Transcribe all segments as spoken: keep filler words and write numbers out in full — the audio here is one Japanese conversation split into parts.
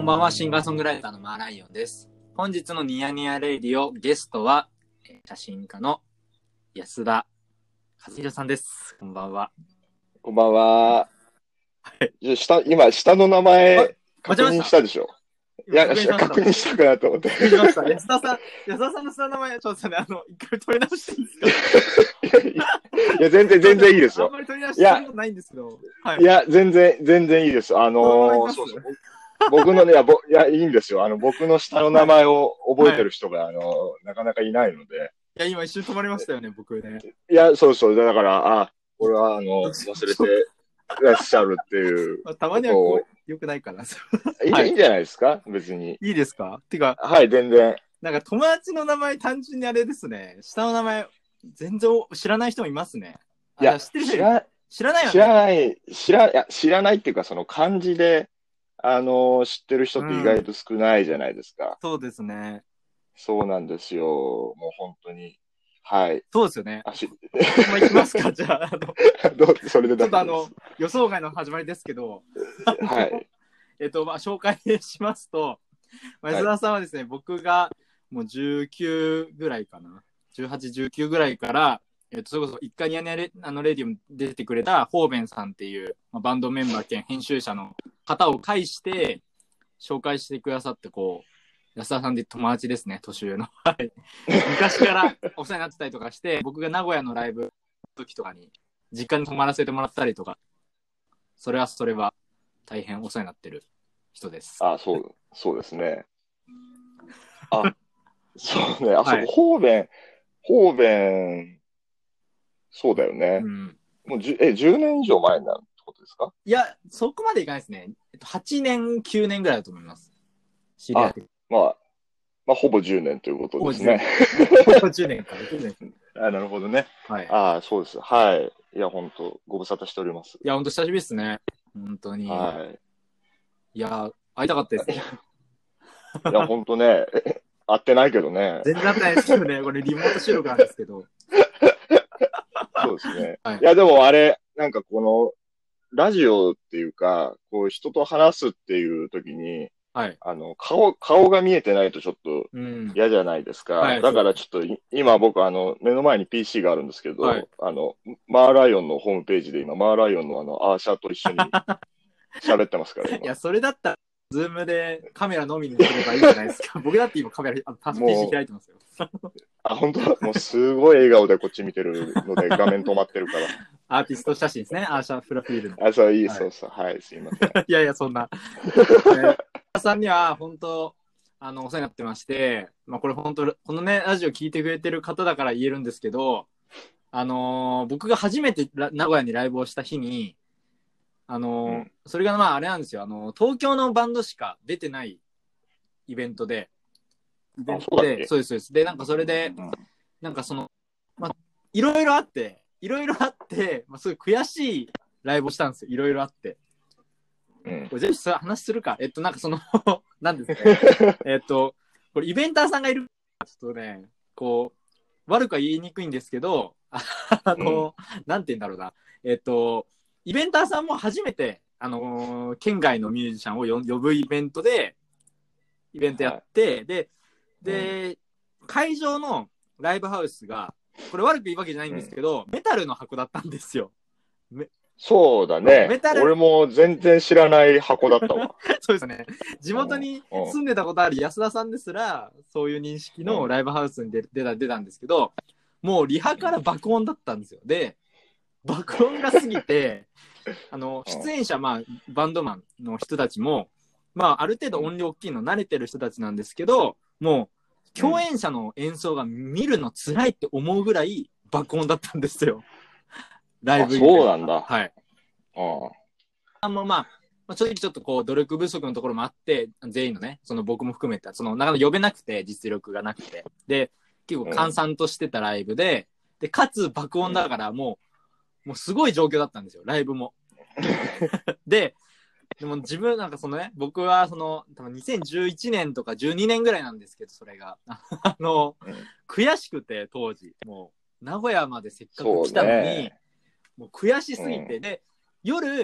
んばんは、シンガーソングライターのマーライオンです。本日のニヤニヤレイディオゲストは写真家の安田和弘さんです。こんばんは。 こんばんは。 はい。 下、今、下の名前確認したでしょ。いや、確認したかなと思って。 確認しました。安田さん、安田さんの下の名前、ちょっとね、あの、一回取り直していいですか？ いや、全然、全然いいですよ。 あんまり取り直してことないんですけど。 はい。いや、全然、全然いいです。あのー、そうそう。僕のね、いや、ぼいや、いいんですよ。あの、僕の下の名前を覚えてる人が、はい、あの、なかなかいないので。 いや、今一瞬止まりましたよね、僕ね。 いや、そうそう。だから、あ、これは、あの、忘れていらっしゃるっていう。 たまにはこう、よくないかな。 いい、はい、いいんじゃないですか、別に。 いいですか？てか、 はい、全然。 なんか友達の名前単純にあれですね。下の名前、全然知らない人もいますね。 いや、 知ってる人知ら、 知らないよね。 知らない、知ら、いや、知らないっていうか、その漢字で、あの、知ってる人って意外と少ないじゃないですか。うん、 そうですね。 そうなんですよ。もう本当に。はい。 そうですよね。 あしまあ、行きますか、じゃあ。あのどうそれでちょっとあの、予想外の始まりですけど、 はい。 えっと、まあ、紹介しますと、安田さんはですね、はい、僕がもうじゅうきゅうぐらいかな。じゅうはち、じゅうきゅうぐらいから、えっと、それこそ一回にやねあのレディオに出てくれたホーベンさんっていう、まあ、バンドメンバー兼編集者の方を介して紹介してくださって、こう、安田さんで友達ですね、年上の。はい。昔からお世話になってたりとかして、僕が名古屋のライブの時とかに実家に泊まらせてもらったりとか、それはそれは大変お世話になってる人です。 あ、そう、そうですね。あ、そうね。あ、はい、そう、ホーベン、ホーベン、そうだよね。うん、もうじゅえ、じゅうねん以上前になるってことですか？ いや、そこまでいかないですね。はちねん、きゅうねんぐらいだと思います。 知り合って。まあ、まあ、ほぼじゅうねんということですね。 ほぼじゅうねんか。じゅうねんあ、なるほどね。はい。ああ、そうです。はい。いや、本当ご無沙汰しております。 いや、本当久しぶりですね。本当に。はい。いや、会いたかったですね。 いや、本当ね、会ってないけどね。 全然会ってないですけどね。これリモート収録なんですけど。 そうですね。はい、いや、でもあれ、なんかこの、ラジオっていうか、こう人と話すっていう時に、はい、あの、顔、顔が見えてないとちょっと嫌じゃないですか。うん、はい、だからちょっと、今僕あの、目の前に ピーシー があるんですけど、はい、あの、マーライオンのホームページで今、マーライオンのあの、アーシャと一緒に喋ってますから、今。 いや、それだったら、ズームでカメラのみにすればいいじゃないですか。僕だって今カメラ、パス ピーシー 開いてますよ。 あ、本当だ。もうすごい笑顔でこっち見てるので画面止まってるから。 アーティスト写真ですね。アーシャプロフィールの。 あ、そう、いい、はい、そうそう。はい、すいません。 いやいや、そんな。皆さんには本当、あの、お世話になってまして、まあこれ本当、このね、ラジオ聞いてくれてる方だから言えるんですけど、あのー、僕が初めて名古屋にライブをした日に、あのーうん、それがまああれなんですよ。あのー、東京のバンドしか出てないイベントで、イベントで、そうです、そうです。で、なんかそれで、うん、なんかその、まあ、いろいろあって、いろいろあって、まあ、すごい悔しいライブをしたんですよ。いろいろあって。うん。これぜひ話するか。えっと、なんかその、なんですね。えっと、これイベンターさんがいる。ちょっとね、こう、悪くは言いにくいんですけど、あの、うん、なんて言うんだろうな。えっと、イベンターさんも初めて、あのー、県外のミュージシャンを呼ぶイベントで、イベントやって、はい、で、で、うん、会場のライブハウスが、これ悪く言うわけじゃないんですけど、うん、メタルの箱だったんですよ。 そうだね。メタル俺も全然知らない箱だったわ。 そうですね。地元に住んでたことある安田さんですら、そういう認識のライブハウスに出た、出たんですけど、もうリハから爆音だったんですよ。で、爆音が過ぎて、あの、出演者、まあ、バンドマンの人たちも、まあ、ある程度音量大きいの慣れてる人たちなんですけど、もう、共演者の演奏が見るの辛いって思うぐらい爆音だったんですよ。ライブ。 そうなんだ。 はい。ああ。もうまあ、正直ちょっとこう、努力不足のところもあって、全員のね、その僕も含めた、その、なかなか呼べなくて、実力がなくて。で、結構閑散としてたライブで、で、かつ爆音だからもう、もうすごい状況だったんですよ、ライブも。で、でも自分なんかそのね、僕はその、多分にせんじゅういちねんとかじゅうにねんぐらいなんですけど、それが。あの、うん、悔しくて当時、もう、名古屋までせっかく来たのに、ね、もう悔しすぎて、うん、で、夜、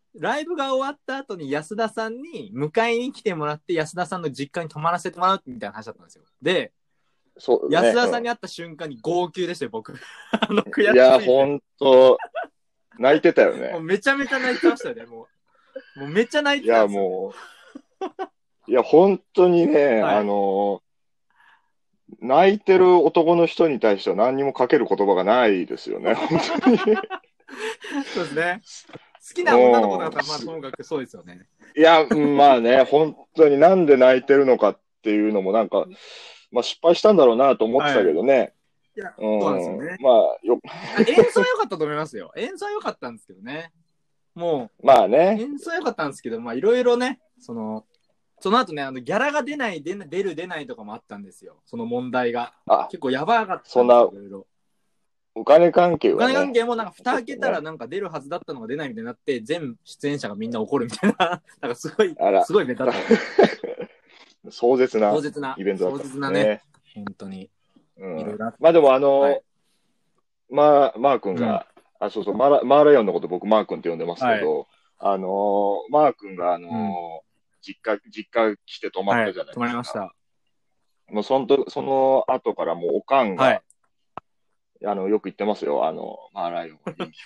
ライブが終わった後に安田さんに迎えに来てもらって安田さんの実家に泊まらせてもらうみたいな話だったんですよ。で、そうね、安田さんに会った瞬間に号泣でしたよ、僕。あの悔しい。 いや、ほんと、泣いてたよね。 もうめちゃめちゃ泣いてましたよね、もう。もうめっちゃ泣いてたんですよ、ね。いや、もう、いや、本当にね、はい、あの、泣いてる男の人に対しては何にもかける言葉がないですよね、本当に。そうですね。好きな女の子だったら、まあ、ともかくそうですよね。 いや、まあね、本当になんで泣いてるのかっていうのもなんか、まあ失敗したんだろうなと思ってたけどね。はい、 いや、うん、そうなんですよね。 まあ、よ演奏は良かったと思いますよ。演奏は良かったんですけどね。もう、 まあね。 演奏は良かったんですけど、まあいろいろね、その、その後ね、あのギャラが出ない、出出る、出ないとかもあったんですよ。その問題が。結構やばかったんですよ。 そんな、いろいろ。お金関係は、 ね、お金関係もなんか蓋開けたらなんか出るはずだったのが出ないみたいになって、全出演者がみんな怒るみたいな、なんかすごい、すごいベタだった。 壮絶な壮絶なイベントだった、 ね。壮絶なね。本当に。 うん、いろいろあまあでもあの、はい、まあ、マー君が、うん、あ、そうそう、マーラ、マーライオンのこと僕マー君って呼んでますけど、はい、あの、マー君があの、うん、実家、実家来て泊まったじゃないですか。 はい、泊まりました。 もうその、その後からもうおかんが、はい、あの、よく言ってますよ。あの、マーライオンは元気かって。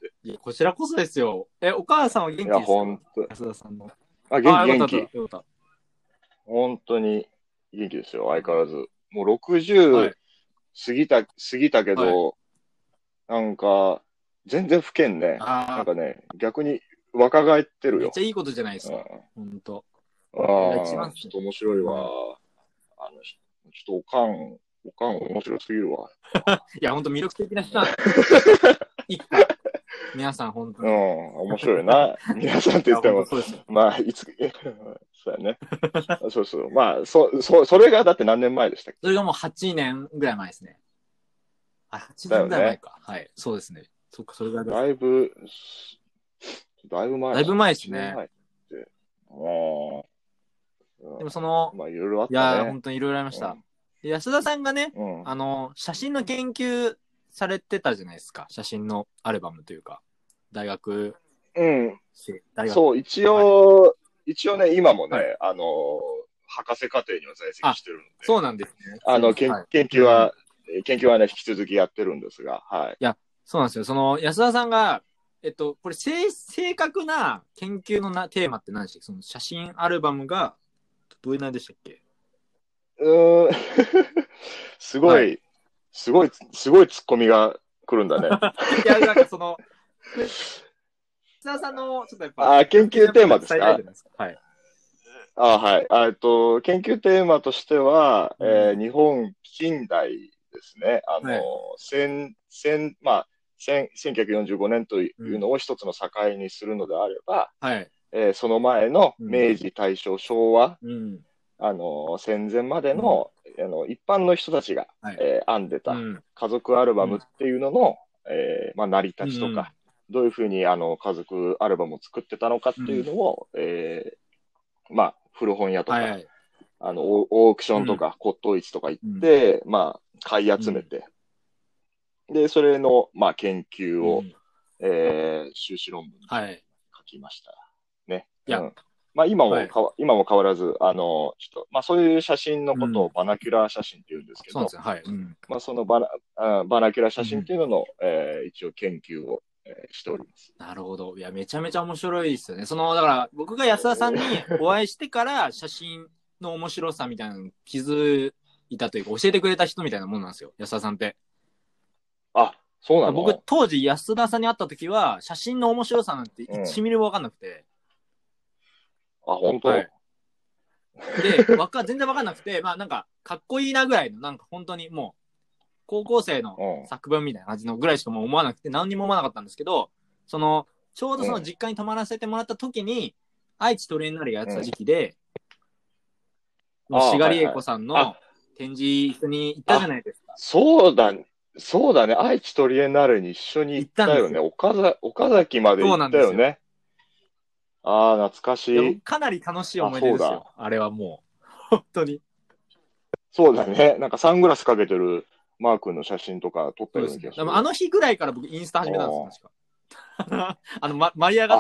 いや、こちらこそですよ。え、お母さんは元気ですか？いや、ほんと。安田さんの。 あ、元気、元気。本当に元気ですよ、相変わらず。もうろくじゅう、はい、過ぎた、過ぎたけど、はい、なんか、全然老けんね。なんかね、逆に若返ってるよ。 めっちゃいいことじゃないですか。ほんと。 ああ、ちょっと面白いわ。うん、あの、ちょっとおかん、おかん面白すぎるわ。 いや、ほんと魅力的な人なん一個。皆さんほんとに。 うん、面白いな。皆さんって言っても、まあ、いつ、そうやね。そうそう。まあ、そ、そ、それがだって何年前でしたっけ？ それがもうはちねんぐらい前ですね。あ、はちねんぐらい前か。ね、はい。そうですね。そっか、それがだいぶ、だいぶ前だいぶ前ですね。 前って。ああ。でもその、 まあ、いろいろあったね。 いや、本当にいろいろありました。うん、で安田さんがね、うん、あの、写真の研究されてたじゃないですか。写真のアルバムというか、大学。 うん。大学そう、一応、はい、一応ね、今もね、はい、あの、博士課程には在籍してるので。 そうなんですね。 あの、研、はい、研究は、うん、研究はね、引き続きやってるんですが、はい。いや、そうなんですよ。その、安田さんが、えっと、これ、正、正確な研究のなテーマって何でしたっけ？その写真アルバムが、どういう内容でしたっけ？ うーん、すごい、はい、すごい、すごいツッコミが来るんだね。 いや、なんかその、安田さんの、ちょっとやっぱ、 あ、研究テーマですか？ はい。 あ、はい。えっと、研究テーマとしては、うん、えー、日本近代ですね。あの、はい、千、千、まあ、せんきゅうひゃくよんじゅうごねんというのを一つの境にするのであれば、 はい、 えー、その前の明治、大正、昭和、 うん、 あの、戦前までの、うん、あの一般の人たちが、はい、えー、編んでた家族アルバムっていうのの、うん、えー、まあ、成り立ちとか、うん、どういうふうにあの家族アルバムを作ってたのかっていうのを、うん、えー、まあ、古本屋とか、はいはい、あの、オークションとか、骨董市とか行って、うん、まあ、買い集めて、うん、で、それの、まあ、研究を、うん、えー、修士論文に書きました。はい、ね。いや、うん、まあ、今もかわ、はい、今も変わらず、あの、ちょっと、まあ、そういう写真のことをバナキュラー写真って言うんですけど、 そうですね、はい。うん、 まあ、そのバナ、あバナキュラー写真っていうのの、うん、えー、一応研究を、えー、しております。 なるほど。いや、めちゃめちゃ面白いですよね。その、だから、僕が安田さんにお会いしてから、写真の面白さみたいなのに気づいたというか、教えてくれた人みたいなもんなんですよ、安田さんって。 あ、そうなの？ 僕、当時安田さんに会った時は、写真の面白さなんていちミリも分かんなくて。 うん、あ、本当？ はい。で、わか、全然分かんなくて、まあなんか、かっこいいなぐらいの、なんか本当にもう、高校生の作文みたいな感じのぐらいしかもう思わなくて、何にも思わなかったんですけど、その、ちょうどその実家に泊まらせてもらった時に、うん、愛知トレーナーやってた時期で、うん、しがりえこさんの展示室に行ったじゃないですか。 そうだ、そうだね。愛知トリエンナーレに一緒に行ったよね。岡崎、岡崎まで行ったよね。ああ、懐かしい。 かなり楽しい思い出ですよ。あ, あれはもう。本当に。 そうだね。なんかサングラスかけてるマー君の写真とか撮ったような気がする。 ね、あの日ぐらいから僕インスタ始めたんですよ、確か。あの、ま、舞い上がってる。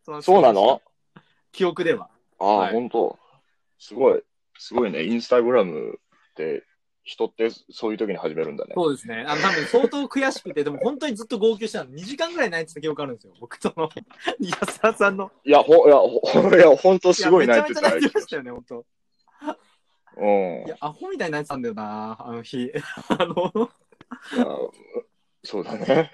そ, そうなの？ 記憶では。 ああ、はい、本当。すごい。すごいね。インスタグラムって人ってそういう時に始めるんだね。 そうですね。あの多分相当悔しくて、でも本当にずっと号泣したの。にじかんぐらい泣いてた記憶あるんですよ。僕との安田さんの。 いや、ほ、いや、ほ、いや、本当すごい泣いてた。 めちゃめちゃ泣いてましたよね、本当。 うん。 いや、アホみたいに泣いてたんだよな、あの日。あのいや、そうだね。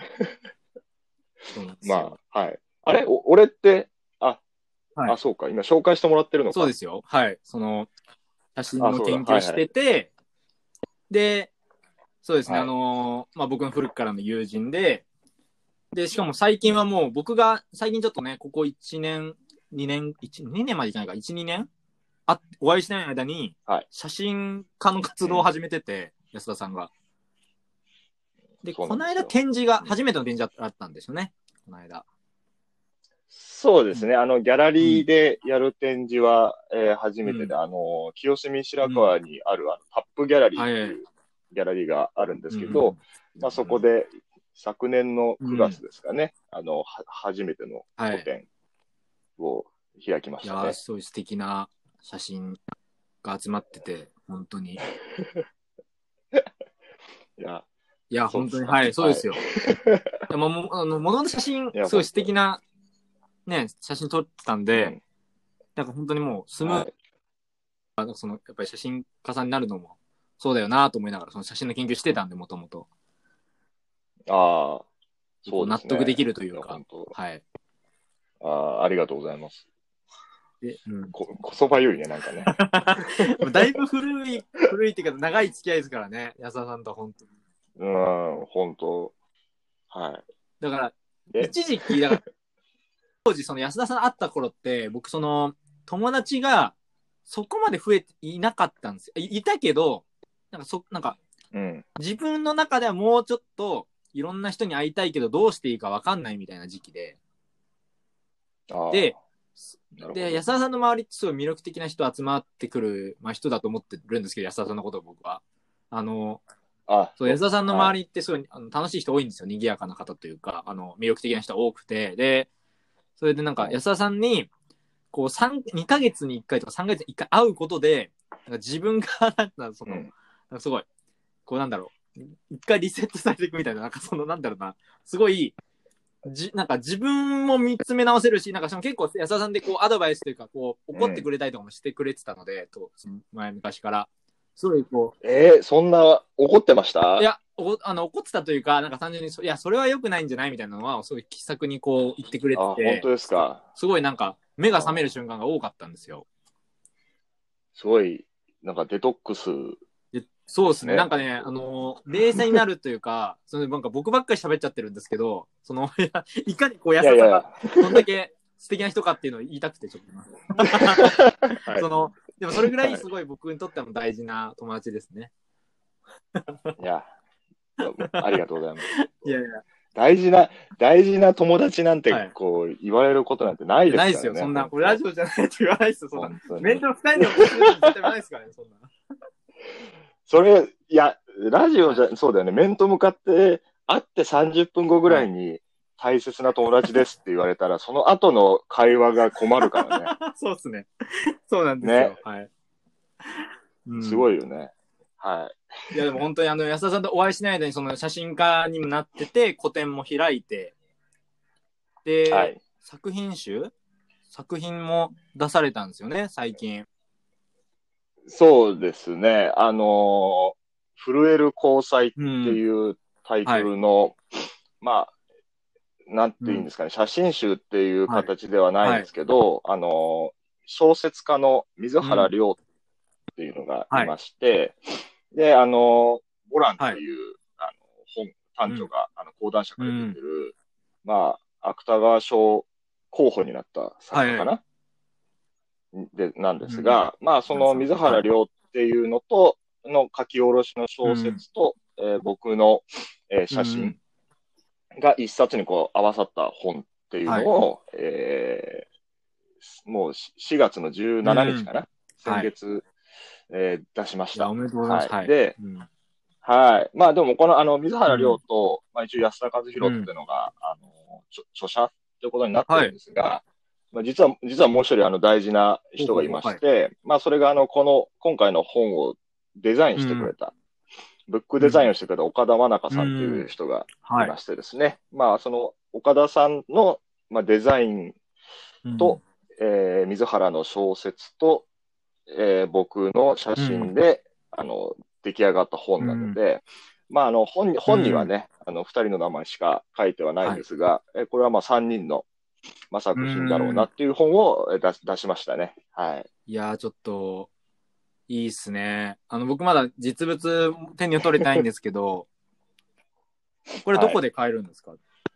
まあ、はい。あれお俺って、あ、はい、あ、そうか。今紹介してもらってるのか。 そうですよ。はい。その、写真の研究してて、はいはい、で、そうですね、はい、あのー、まあ、僕の古くからの友人で、で、しかも最近はもう僕が、最近ちょっとね、ここいちねん、にねん、いち、にねんまでいかないか、いち、にねんあお会いしない間に、写真家の活動を始めてて、うん、安田さんが。で、この間展示が、初めての展示あったんですよね、この間。 そうですね、うん、あの、ギャラリーでやる展示は、うん、えー、初めてで、うん、あの、清澄白河にある、あの、タップギャラリーっていうギャラリーがあるんですけど、うん、まあ、そこで、昨年のくがつですかね、うん、あの、は、初めての個展を開きましたね。 はい、いやー、そういう素敵な写真が集まってて、本当に。いや、 いや、本当に、はい、そうですよ。はい、ももあの物の写真、すごい素敵な、ね、写真撮ってたんで、うん、なんか本当にもう、スムーズ、はい、その、やっぱり写真家さんになるのも、そうだよなと思いながら、その写真の研究してたんで、もともと。 ああ、 そう、納得できるというか、はい。 ああ、ありがとうございます。 え、うん、 こ、こそばゆいね、なんかね。 だいぶ古い、古いっていうか、長い付き合いですからね、安田さんとは本当に。 うん、本当。はい。 だから、一時期、だから、当時、その安田さん会った頃って、僕、その、友達が、そこまで増えていなかったんですよ。い, いたけど、なんか、そ、なんか、うん、自分の中ではもうちょっと、いろんな人に会いたいけど、どうしていいか分かんないみたいな時期で。で、で、安田さんの周りってすごい魅力的な人集まってくる、まあ、人だと思ってるんですけど、安田さんのことを僕は。あの、あそう安田さんの周りってすごい、はい、あの楽しい人多いんですよ。賑やかな方というか、あの、魅力的な人多くて。で、それでなんか安田さんに、こう、三にかげつにいっかいとかさんかげつにいっかい会うことで、なんか自分が、なんかその、うん、なんかすごい、こうなんだろう、一回リセットされていくみたいな、なんかその、なんだろうな、すごい、じなんか自分も見つめ直せるし、なんかしかも結構安田さんでこうアドバイスというか、こう怒ってくれたりとかもしてくれてたので、うん、とその前昔から。すごいこう。 えー、そんな怒ってました？ いや、おあの怒ってたというか、なんか単純に、いや、それは良くないんじゃないみたいなのは、すごい気さくにこう言ってくれてて。あ、 本当ですか。 すごいなんか目が覚める瞬間が多かったんですよ。 すごい、なんかデトックス。 そうですね。なんかね、あのー、冷静になるというか、そのなんか僕ばっかり喋っちゃってるんですけど、その、い, やいかにこう、安田さんがどんだけ素敵な人かっていうのを言いたくて、ちょっと。はい、その、でもそれぐらいすごい僕にとっても大事な友達ですね。 いや、ありがとうございます。 いやいや。 大事な、大事な友達なんて、こう、言われることなんてないですからね。 ないですよ、そんな。これラジオじゃないと言わないですよ、そんな。面倒二人で起こしてるの絶対ないですからね、そんな。 それ、いや、ラジオじゃ、はい、そうだよね。面と向かって、会ってさんじゅっぷんごぐらいに、大切な友達ですって言われたら、はい、その後の会話が困るからね。 そうですね。そうなんですよ。ね、はい、 うん。すごいよね。はい。 いや、でも本当にあの、安田さんとお会いしない間に、その写真家にもなってて、個展も開いて、で、はい、作品集作品も出されたんですよね、最近。 そうですね。あのー、震える交際っていうタイトルの、うんはい、まあ、なんていうんですかね、うん、写真集っていう形ではないんですけど、はいはい、あのー、小説家の水原涼っていうのがいまして、うん、で、あのー、ボランっていう、はい、あの本、短女が、うん、あの講談社から出てる、うん、まあ、芥川賞候補になった作家かな、はいで、なんですが、うん、まあ、その水原涼っていうのと、の書き下ろしの小説と、うんえー、僕の、えー、写真が一冊にこう合わさった本っていうのを、はいえー、もうしがつのじゅうしちにちかな、うん、先月、はいえー、出しました。 おめでとうございます。 はい。で、うん、はい。まあでもこのあの水原涼と、うん、まあ一応安田和弘っていうのが、うん、あの著者ということになってるんですが、はいまあ、実は、実はもう一人あの大事な人がいまして、はい、まあそれがあの、この、今回の本をデザインしてくれた、うん、ブックデザインをしてくれた岡田真中さんという人がいましてですね、うんはい、まあその岡田さんの、まあ、デザインと、うん、えー、水原の小説と、えー、僕の写真で、うん、あの、出来上がった本なので、うん、まああの、本、本にはね、うん、あの、二人の名前しか書いてはないんですが、はい、えこれはまあ三人の、まあ、作品だろうなっていう本を出し、出しましたね。はい。 いやー、ちょっと、いいっすね。あの、僕まだ実物手に取れたいんですけど、これどこで買えるんですか？はい、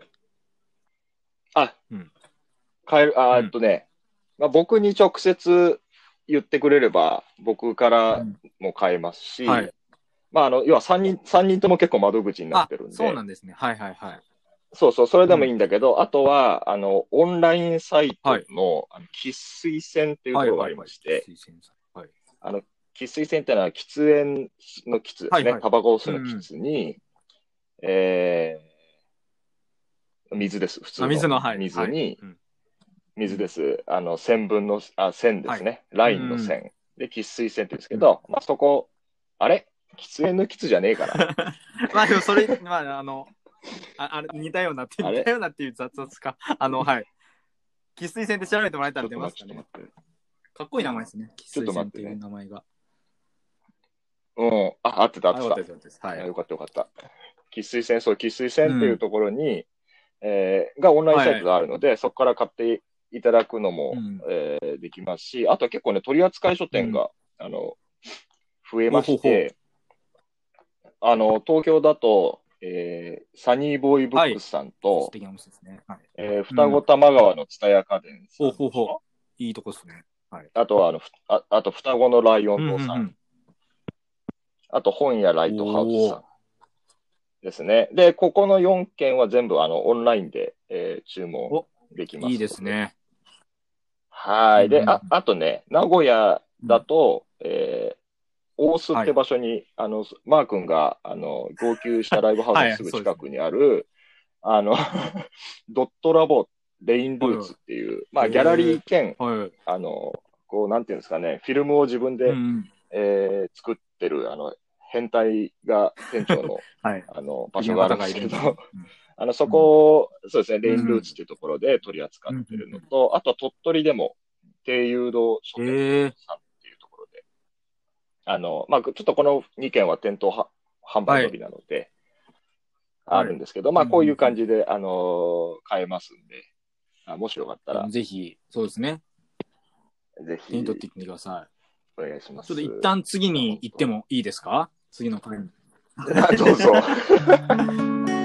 あ、うん。買える、あ、えっとね、うん、まあ、僕に直接言ってくれれば、僕からも買えますし、うんはい、まあ、あの、要は三人、三人とも結構窓口になってるんで。 そうなんですね。はいはいはい。 そうそう、それでもいいんだけど、うん、あとは、あの、オンラインサイトの、はい、あの喫水線っていうところがありまして、はい、あの、喫水線ってのは喫煙の喫ですね。はいはい、タバコを吸うの喫に、うん、えー、水です。普通の水の、はい、水に、はい、水です。あの、線分の、あ、線ですね。はい、ラインの線。で、喫水線って言うんですけど、うん、まあ、そこ、あれ喫煙の喫じゃねえかな。 まあでもそれ、まああの、ああれ似たようなって似たようなっていう雑雑かあのはい喫水線で調べてもらえたら出ますかね。かっこいい名前ですね。喫水線っていう名前が。 うん、あ、合ってた合ってた。 よかったです。はい。 よかったよかった。喫水線、そう、喫水線っていうところに、うん、えー、がオンラインサイトがあるので、はい、そこから買っていただくのも、うん、えー、できますし、あとは結構ね、取扱書店が、うん、あの、増えまして、ほうほうあの、東京だと、えー、サニーボーイブックスさんと、はい、素敵なお店ですね。はい、えー、双子玉川の蔦屋家電さん、うん、 ほうほうほういいとこですね。はい。 あとは、あの、ああと、双子のライオン堂さん。うんうんうん、あと、本屋ライトハウスさん。ですね。で、ここのよんけんは全部、あの、オンラインで、えー、注文できます。 いいですね。 はい。で、あ、あとね、名古屋だと、うん、えー、大須って場所に、はい、あの、マー君が、あの、号泣したライブハウスのすぐ近くにある、はい、あの、ドットラボレインルーツっていう、はい、まあ、ギャラリー兼、はい、あの、こう、なんていうんですかね、フィルムを自分で、うん、えー、作ってる、あの、変態が店長の、はい、あの、場所があるんですけど、うん、あの、そこを、うん、そうですね、レインルーツっていうところで取り扱ってるのと、うん、あとは鳥取でも、低誘導書店さんっていうところで、あの、まあ、ちょっとこのにけんは店頭は販売のみなので、はい、あるんですけど、まあ、こういう感じで、あの、買えますんで、あもしよかったら。 ぜひ、そうですね。 ぜひ。 手に取っていってください。お願いします。 ちょっと一旦次に行ってもいいですか？次の回に。 どうぞ。